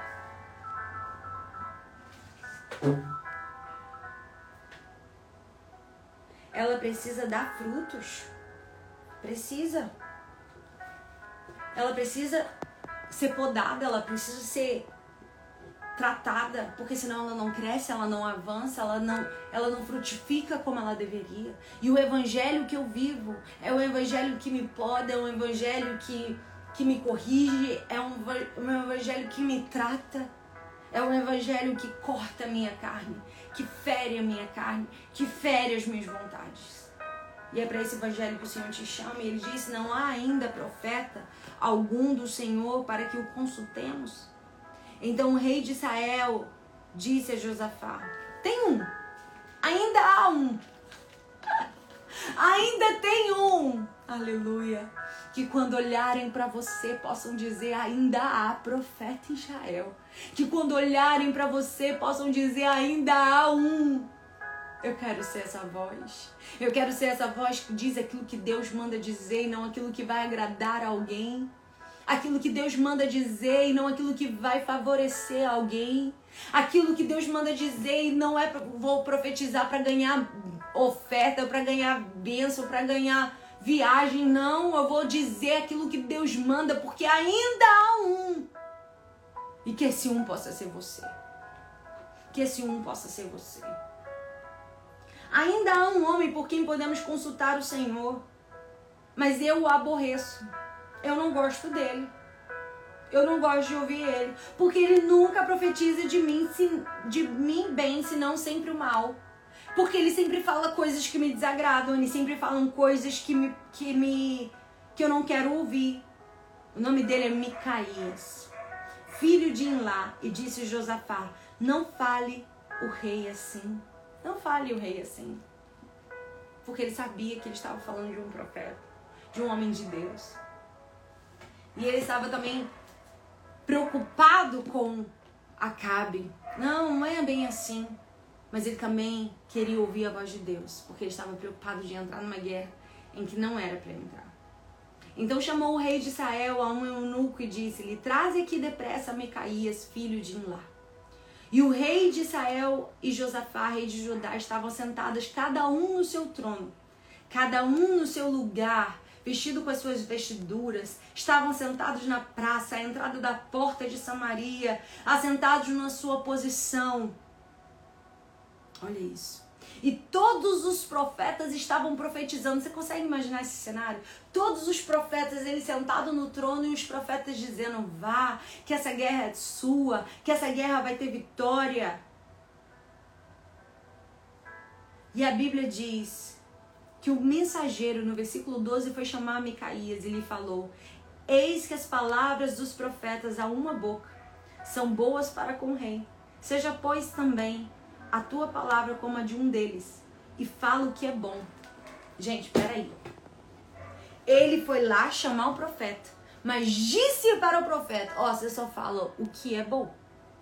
ela precisa dar frutos. Precisa. Ela precisa ser podada, ela precisa ser tratada, porque senão ela não cresce, ela não avança, ela não, ela não frutifica como ela deveria. E o evangelho que eu vivo é o evangelho que me poda, é um evangelho que, que me corrige, é um, um evangelho que me trata, é um evangelho que corta a minha carne, que fere a minha carne, que fere as minhas vontades. E é para esse evangelho que o Senhor te chama, e Ele disse, não há ainda profeta algum do Senhor para que o consultemos. Então o rei de Israel disse a Josafá, tem um, ainda há um, ainda tem um, aleluia, que quando olharem para você possam dizer, ainda há profeta em Israel, que quando olharem para você possam dizer, ainda há um. Eu quero ser essa voz, eu quero ser essa voz que diz aquilo que Deus manda dizer e não aquilo que vai agradar a alguém. Aquilo que Deus manda dizer e não aquilo que vai favorecer alguém. Aquilo que Deus manda dizer e não é pra, vou profetizar para ganhar oferta, para ganhar bênção, para ganhar viagem. Não, eu vou dizer aquilo que Deus manda, porque ainda há um. E que esse um possa ser você. Que esse um possa ser você. Ainda há um homem por quem podemos consultar o Senhor, mas eu o aborreço. Eu não gosto dele. Eu não gosto de ouvir ele. Porque ele nunca profetiza de mim, de mim bem, senão sempre o mal. Porque ele sempre fala coisas que me desagradam. Ele sempre fala coisas que, me, que, me, que eu não quero ouvir. O nome dele é Micaías, filho de Imlá. E disse Josafá, não fale o rei assim. Não fale o rei assim. Porque ele sabia que ele estava falando de um profeta, de um homem de Deus. E ele estava também preocupado com Acabe. Não, não é bem assim. Mas ele também queria ouvir a voz de Deus, porque ele estava preocupado de entrar numa guerra em que não era para entrar. Então chamou o rei de Israel a um eunuco e disse-lhe, traze aqui depressa Micaías, filho de Imlá. E o rei de Israel e Josafá, rei de Judá, estavam sentados cada um no seu trono, cada um no seu lugar, vestido com as suas vestiduras, estavam sentados na praça, à entrada da porta de Samaria, assentados na sua posição. Olha isso. E todos os profetas estavam profetizando. Você consegue imaginar esse cenário? Todos os profetas, eles sentados no trono e os profetas dizendo, vá, que essa guerra é sua, que essa guerra vai ter vitória. E a Bíblia diz que o mensageiro, no versículo doze, foi chamar Micaías e lhe falou, eis que as palavras dos profetas a uma boca são boas para com o rei. Seja, pois, também a tua palavra como a de um deles, e fala o que é bom. Gente, peraí. Ele foi lá chamar o profeta, mas disse para o profeta, ó, oh, você só fala o que é bom.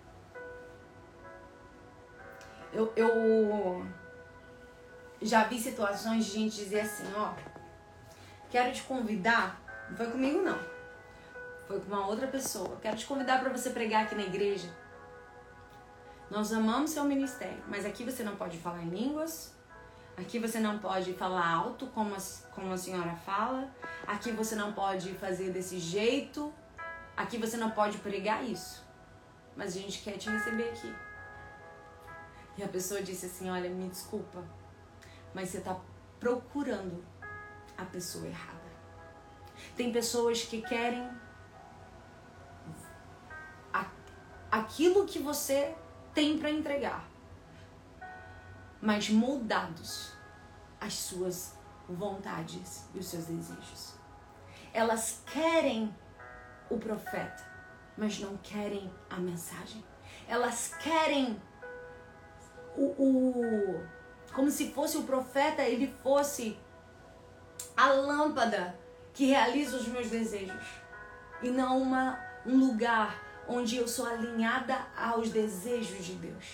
Eu... eu... já vi situações de gente dizer assim, ó, quero te convidar, não foi comigo não, foi com uma outra pessoa, quero te convidar para você pregar aqui na igreja. Nós amamos seu ministério, mas aqui você não pode falar em línguas, aqui você não pode falar alto como a, como a senhora fala, aqui você não pode fazer desse jeito, aqui você não pode pregar isso, mas a gente quer te receber aqui. E a pessoa disse assim, olha, me desculpa, mas você está procurando a pessoa errada. Tem pessoas que querem a, aquilo que você tem para entregar, mas moldados às suas vontades e os seus desejos. Elas querem o profeta, mas não querem a mensagem. Elas querem o, o como se fosse o profeta, ele fosse a lâmpada que realiza os meus desejos, e não uma, um lugar onde eu sou alinhada aos desejos de Deus.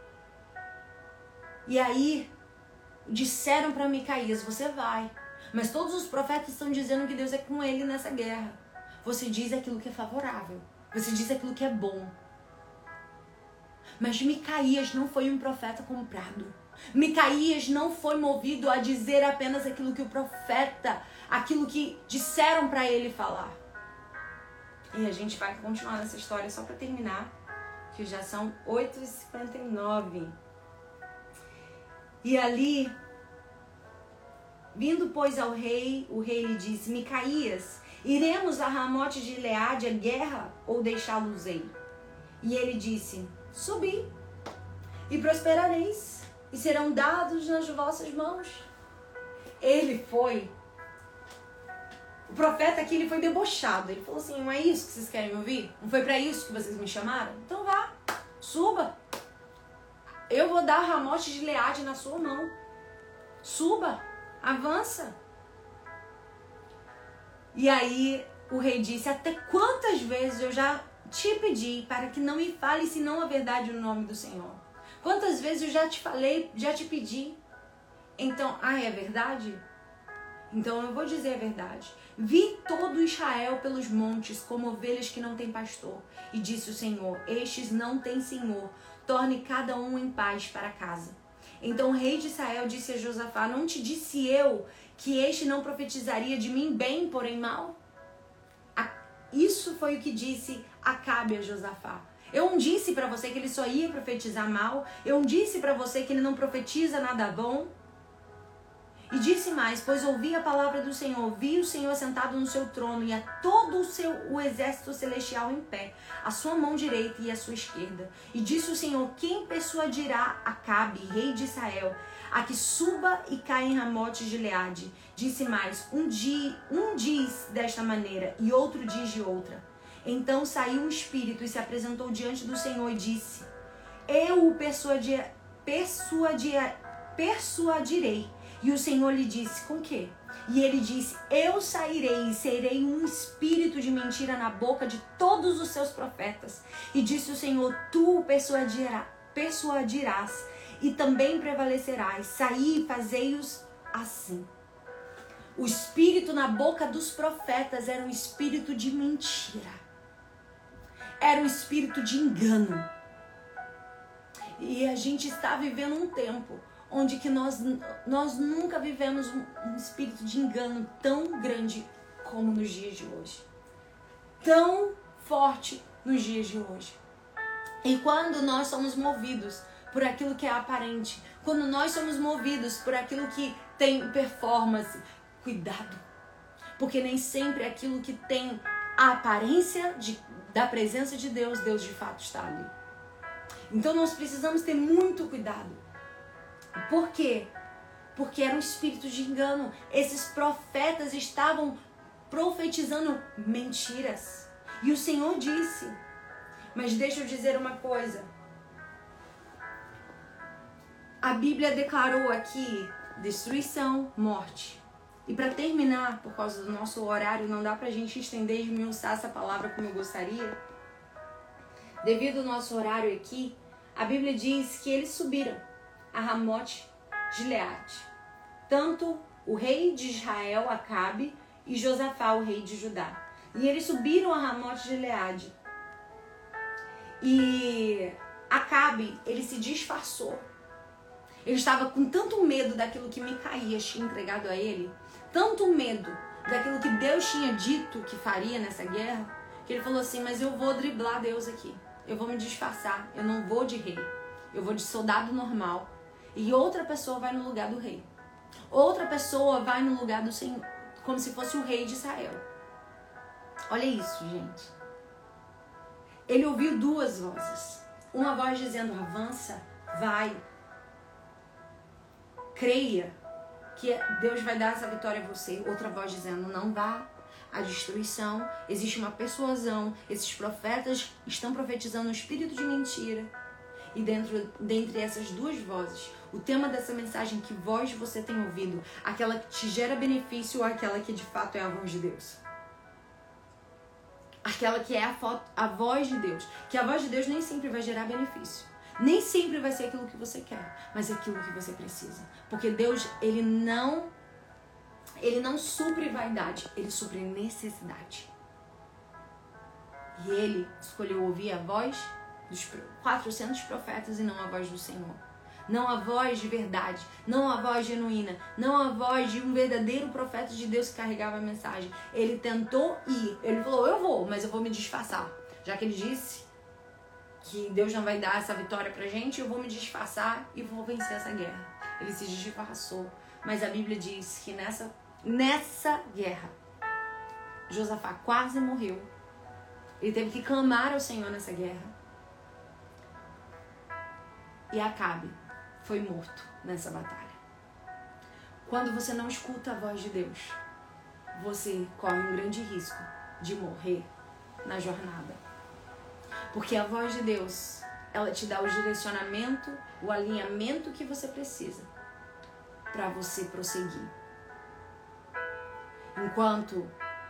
E aí, disseram para Micaías, você vai. Mas todos os profetas estão dizendo que Deus é com ele nessa guerra. Você diz aquilo que é favorável. Você diz aquilo que é bom. Mas Micaías não foi um profeta comprado. Micaías não foi movido a dizer apenas aquilo que o profeta, aquilo que disseram para ele falar. E a gente vai continuar nessa história só para terminar, que já são oito e cinquenta e nove. E ali, vindo pois ao rei, o rei lhe disse, Micaías, iremos a Ramote de Gileade a guerra ou deixá-los ir? E ele disse, subi e prosperareis e serão dados nas vossas mãos. Ele foi, o profeta aqui, ele foi debochado. Ele falou assim, não é isso que vocês querem ouvir? Não foi para isso que vocês me chamaram? Então vá, suba. Eu vou dar Ramote de Gileade na sua mão. Suba, avança. E aí o rei disse, até quantas vezes eu já te pedi para que não me fale senão a verdade no nome do Senhor? Quantas vezes eu já te falei, já te pedi? Então, ah, é verdade? Então eu vou dizer a verdade. Vi todo Israel pelos montes como ovelhas que não têm pastor. E disse o Senhor, estes não têm senhor. Torne cada um em paz para casa. Então o rei de Israel disse a Josafá, não te disse eu que este não profetizaria de mim bem, porém mal? Isso foi o que disse Acabe a Josafá. Eu não disse para você que ele só ia profetizar mal? Eu não disse para você que ele não profetiza nada bom? E disse mais, pois ouvi a palavra do Senhor, vi o Senhor sentado no seu trono e a todo o seu o exército celestial em pé, a sua mão direita e a sua esquerda. E disse o Senhor, quem persuadirá Acabe, rei de Israel, a que suba e caia em Ramote de Gileade? Disse mais, um, dia, um diz desta maneira e outro diz de outra. Então saiu um espírito e se apresentou diante do Senhor e disse, eu o persuadir, persuadir, persuadirei. E o Senhor lhe disse, com quê? E ele disse, eu sairei e serei um espírito de mentira na boca de todos os seus profetas. E disse o Senhor, tu o persuadirá, persuadirás e também prevalecerás. Saí e fazei-os assim. O espírito na boca dos profetas era um espírito de mentira. Era um espírito de engano. E a gente está vivendo um tempo onde que nós, nós nunca vivemos um, um espírito de engano tão grande como nos dias de hoje. Tão forte nos dias de hoje. E quando nós somos movidos por aquilo que é aparente, quando nós somos movidos por aquilo que tem performance, cuidado. Porque nem sempre aquilo que tem a aparência de, da presença de Deus, Deus de fato está ali. Então nós precisamos ter muito cuidado. Por quê? Porque era um espírito de engano. Esses profetas estavam profetizando mentiras. E o Senhor disse, mas deixa eu dizer uma coisa. A Bíblia declarou aqui destruição, morte. E para terminar, por causa do nosso horário, não dá pra gente estender e esmiuçar essa palavra como eu gostaria. Devido ao nosso horário aqui, a Bíblia diz que eles subiram a Ramote de Gileade. Tanto o rei de Israel, Acabe, e Josafá, o rei de Judá. E eles subiram a Ramote de Gileade. E Acabe, ele se disfarçou. Ele estava com tanto medo daquilo que Micaías tinha entregado a ele, tanto medo daquilo que Deus tinha dito que faria nessa guerra, que ele falou assim, mas eu vou driblar Deus aqui. Eu vou me disfarçar, eu não vou de rei. Eu vou de soldado normal. E outra pessoa vai no lugar do rei. Outra pessoa vai no lugar do Senhor, como se fosse o rei de Israel. Olha isso, gente. ele ouviu duas vozes. Uma voz dizendo, avança, vai, creia que Deus vai dar essa vitória a você. Outra voz dizendo, não vá, a destruição, existe uma persuasão, esses profetas estão profetizando um espírito de mentira. E dentro, dentre essas duas vozes, o tema dessa mensagem, que voz você tem ouvido? Aquela que te gera benefício ou aquela que de fato é a voz de Deus? Aquela que é a, foto, a voz de Deus. Que a voz de Deus nem sempre vai gerar benefício. Nem sempre vai ser aquilo que você quer, mas é aquilo que você precisa. Porque Deus, ele não, ele não supre vaidade, ele supre necessidade. E ele escolheu ouvir a voz dos quatrocentos profetas e não a voz do Senhor. Não a voz de verdade, não a voz genuína, não a voz de um verdadeiro profeta de Deus que carregava a mensagem. Ele tentou ir, ele falou, eu vou, mas eu vou me disfarçar. Já que ele disse que Deus não vai dar essa vitória pra gente, eu vou me disfarçar e vou vencer essa guerra. Ele se disfarçou, mas a Bíblia diz que nessa, nessa guerra, Josafá quase morreu. Ele teve que clamar ao Senhor nessa guerra. E Acabe foi morto nessa batalha. Quando você não escuta a voz de Deus, você corre um grande risco de morrer na jornada. Porque a voz de Deus, ela te dá o direcionamento, o alinhamento que você precisa para você prosseguir. Enquanto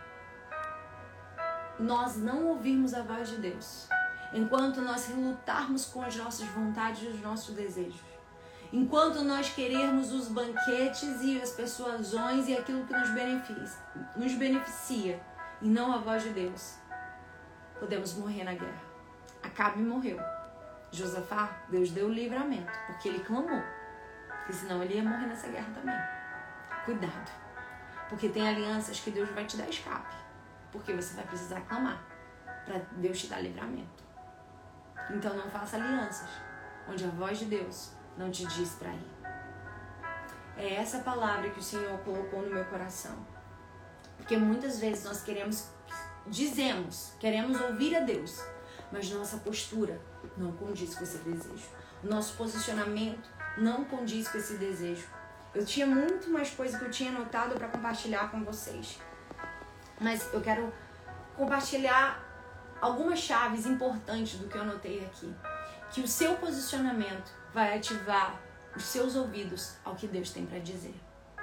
nós não ouvirmos a voz de Deus, enquanto nós relutarmos com as nossas vontades e os nossos desejos, enquanto nós querermos os banquetes e as persuasões e aquilo que nos beneficia, nos beneficia e não a voz de Deus, podemos morrer na guerra. Acabe morreu. Josafá, Deus deu o livramento, porque ele clamou, porque senão ele ia morrer nessa guerra também. Cuidado, porque tem alianças que Deus vai te dar escape, porque você vai precisar clamar para Deus te dar livramento. Então não faça alianças onde a voz de Deus não te diz para ir. É essa palavra que o Senhor colocou no meu coração. Porque muitas vezes nós queremos, dizemos, queremos ouvir a Deus, mas nossa postura não condiz com esse desejo. O nosso posicionamento não condiz com esse desejo. Eu tinha muito mais coisa que eu tinha anotado para compartilhar com vocês. Mas eu quero compartilhar algumas chaves importantes do que eu anotei aqui. Que o seu posicionamento vai ativar os seus ouvidos ao que Deus tem para dizer.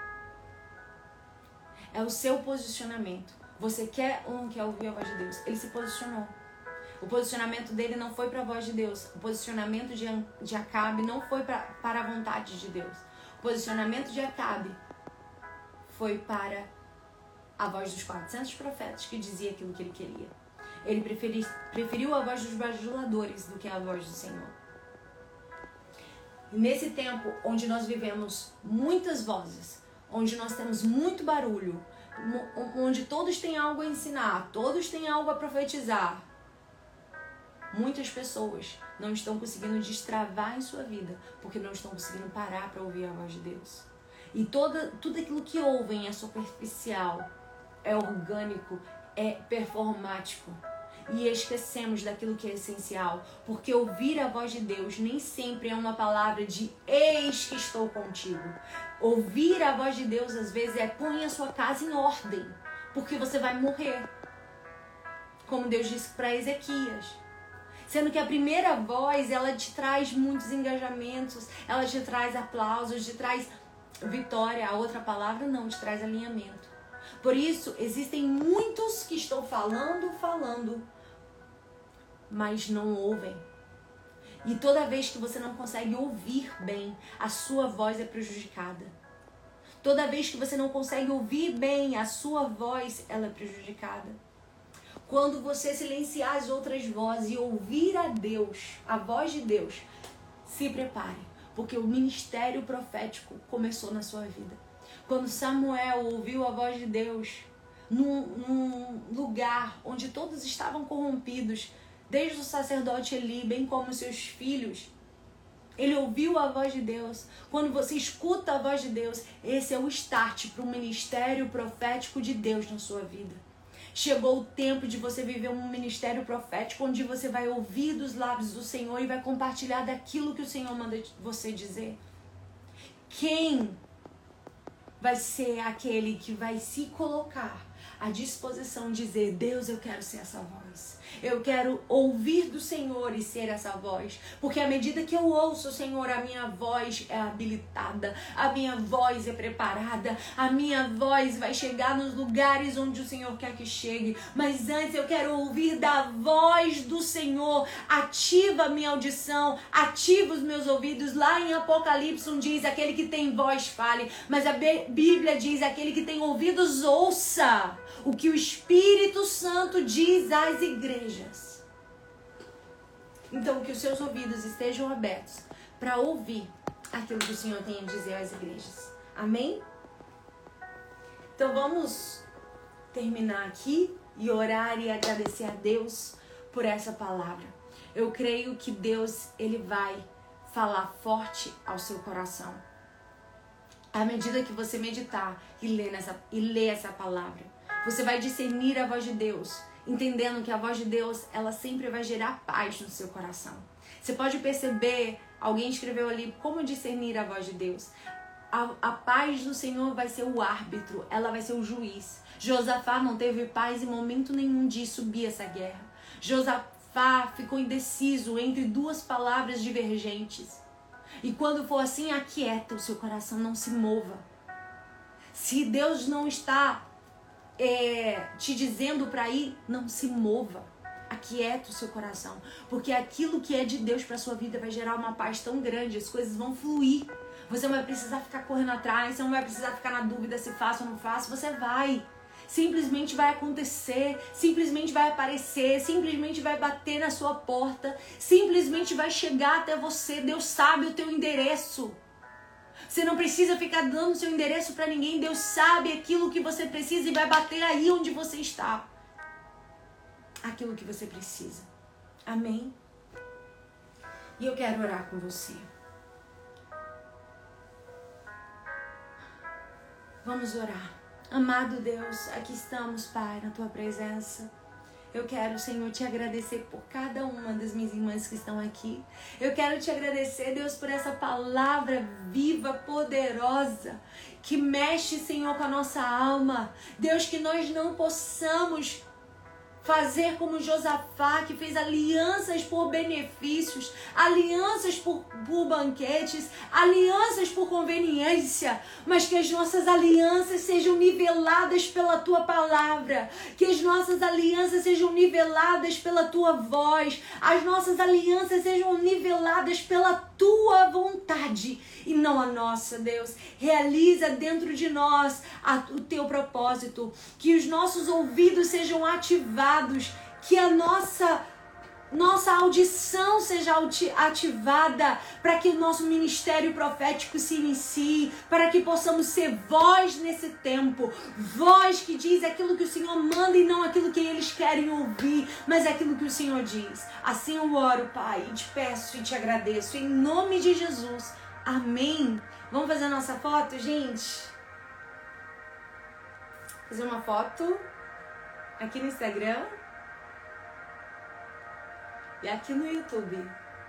É o seu posicionamento. Você quer ou não quer ouvir a voz de Deus? Ele se posicionou. O posicionamento dele não foi para a voz de Deus. O posicionamento de, de Acabe não foi pra, para a vontade de Deus. O posicionamento de Acabe foi para a voz dos quatrocentos profetas que dizia aquilo que ele queria. Ele preferi, preferiu a voz dos bajuladores do que a voz do Senhor. E nesse tempo onde nós vivemos muitas vozes, onde nós temos muito barulho, onde todos têm algo a ensinar, todos têm algo a profetizar, muitas pessoas não estão conseguindo destravar em sua vida, porque não estão conseguindo parar para ouvir a voz de Deus. E toda, tudo aquilo que ouvem é superficial, é orgânico, é performático. E esquecemos daquilo que é essencial, porque ouvir a voz de Deus nem sempre é uma palavra de eis que estou contigo. Ouvir a voz de Deus às vezes é põe a sua casa em ordem, porque você vai morrer. Como Deus disse para Ezequias. Sendo que a primeira voz, ela te traz muitos engajamentos, ela te traz aplausos, te traz vitória. A outra palavra não, te traz alinhamento. Por isso, existem muitos que estão falando, falando, mas não ouvem. E toda vez que você não consegue ouvir bem, a sua voz é prejudicada. Toda vez que você não consegue ouvir bem, a sua voz ela é prejudicada. Quando você silenciar as outras vozes e ouvir a Deus, a voz de Deus, se prepare, porque o ministério profético começou na sua vida. Quando Samuel ouviu a voz de Deus num, num lugar onde todos estavam corrompidos, desde o sacerdote Eli, bem como seus filhos, ele ouviu a voz de Deus. Quando você escuta a voz de Deus, esse é o start para o ministério profético de Deus na sua vida. Chegou o tempo de você viver um ministério profético onde você vai ouvir dos lábios do Senhor e vai compartilhar daquilo que o Senhor manda você dizer. Quem vai ser aquele que vai se colocar à disposição de dizer: Deus, eu quero ser essa voz. Eu quero ouvir do Senhor e ser essa voz. Porque à medida que eu ouço o Senhor, a minha voz é habilitada, a minha voz é preparada, a minha voz vai chegar nos lugares onde o Senhor quer que chegue. Mas antes eu quero ouvir da voz do Senhor. Ativa a minha audição, ativa os meus ouvidos. Lá em Apocalipse diz: aquele que tem voz fale. Mas a Bíblia diz: aquele que tem ouvidos ouça o que o Espírito Santo diz às igrejas. Então, que os seus ouvidos estejam abertos para ouvir aquilo que o Senhor tem a dizer às igrejas. Amém? Então, vamos terminar aqui e orar e agradecer a Deus por essa palavra. Eu creio que Deus, Ele vai falar forte ao seu coração. À medida que você meditar e ler, nessa, e ler essa palavra, você vai discernir a voz de Deus, entendendo que a voz de Deus, ela sempre vai gerar paz no seu coração. Você pode perceber, alguém escreveu ali, como discernir a voz de Deus. A, a paz do Senhor vai ser o árbitro, ela vai ser o juiz. Josafá não teve paz em momento nenhum de subir essa guerra. Josafá ficou indeciso entre duas palavras divergentes. E quando for assim, aquieta o seu coração, não se mova. Se Deus não está é, te dizendo para ir, não se mova. Aquieta o seu coração. Porque aquilo que é de Deus para sua vida vai gerar uma paz tão grande, as coisas vão fluir. Você não vai precisar ficar correndo atrás, você não vai precisar ficar na dúvida se faço ou não faço, você vai. Simplesmente vai acontecer, simplesmente vai aparecer, simplesmente vai bater na sua porta, simplesmente vai chegar até você. Deus sabe o teu endereço. Você não precisa ficar dando seu endereço para ninguém. Deus sabe aquilo que você precisa e vai bater aí onde você está. Aquilo que você precisa. Amém? E eu quero orar com você. Vamos orar. Amado Deus, aqui estamos, Pai, na Tua presença. Eu quero, Senhor, Te agradecer por cada uma das minhas irmãs que estão aqui. Eu quero Te agradecer, Deus, por essa palavra viva, poderosa, que mexe, Senhor, com a nossa alma. Deus, que nós não possamos fazer como Josafá, que fez alianças por benefícios, alianças por, por banquetes, alianças por conveniência, mas que as nossas alianças sejam niveladas pela Tua palavra, que as nossas alianças sejam niveladas pela Tua voz, as nossas alianças sejam niveladas pela Tua vontade e não a nossa, Deus. Realiza dentro de nós a, o Teu propósito, que os nossos ouvidos sejam ativados, que a nossa, nossa audição seja ativada para que o nosso ministério profético se inicie, para que possamos ser voz nesse tempo, voz que diz aquilo que o Senhor manda e não aquilo que eles querem ouvir, mas aquilo que o Senhor diz. Assim eu oro, Pai, e te peço e te agradeço, em nome de Jesus. Amém. Vamos fazer a nossa foto, gente? Fazer uma foto aqui no Instagram e aqui no YouTube.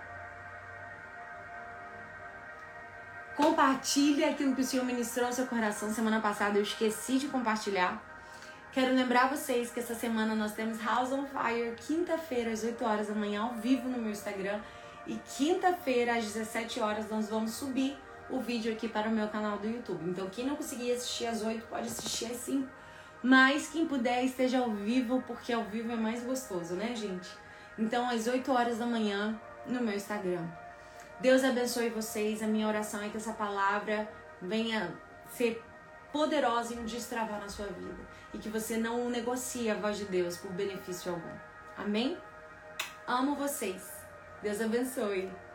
Compartilha aquilo que o Senhor ministrou ao seu coração. Semana passada eu esqueci de compartilhar. Quero lembrar vocês que essa semana nós temos House on Fire, quinta-feira às oito horas da manhã, ao vivo no meu Instagram. E quinta-feira às dezessete horas nós vamos subir o vídeo aqui para o meu canal do YouTube. Então quem não conseguir assistir às oito pode assistir às cinco. Mas quem puder esteja ao vivo, porque ao vivo é mais gostoso, né, gente? Então, às oito horas da manhã, no meu Instagram. Deus abençoe vocês. A minha oração é que essa palavra venha ser poderosa em destravar na sua vida. E que você não negocie a voz de Deus por benefício algum. Amém? Amo vocês. Deus abençoe.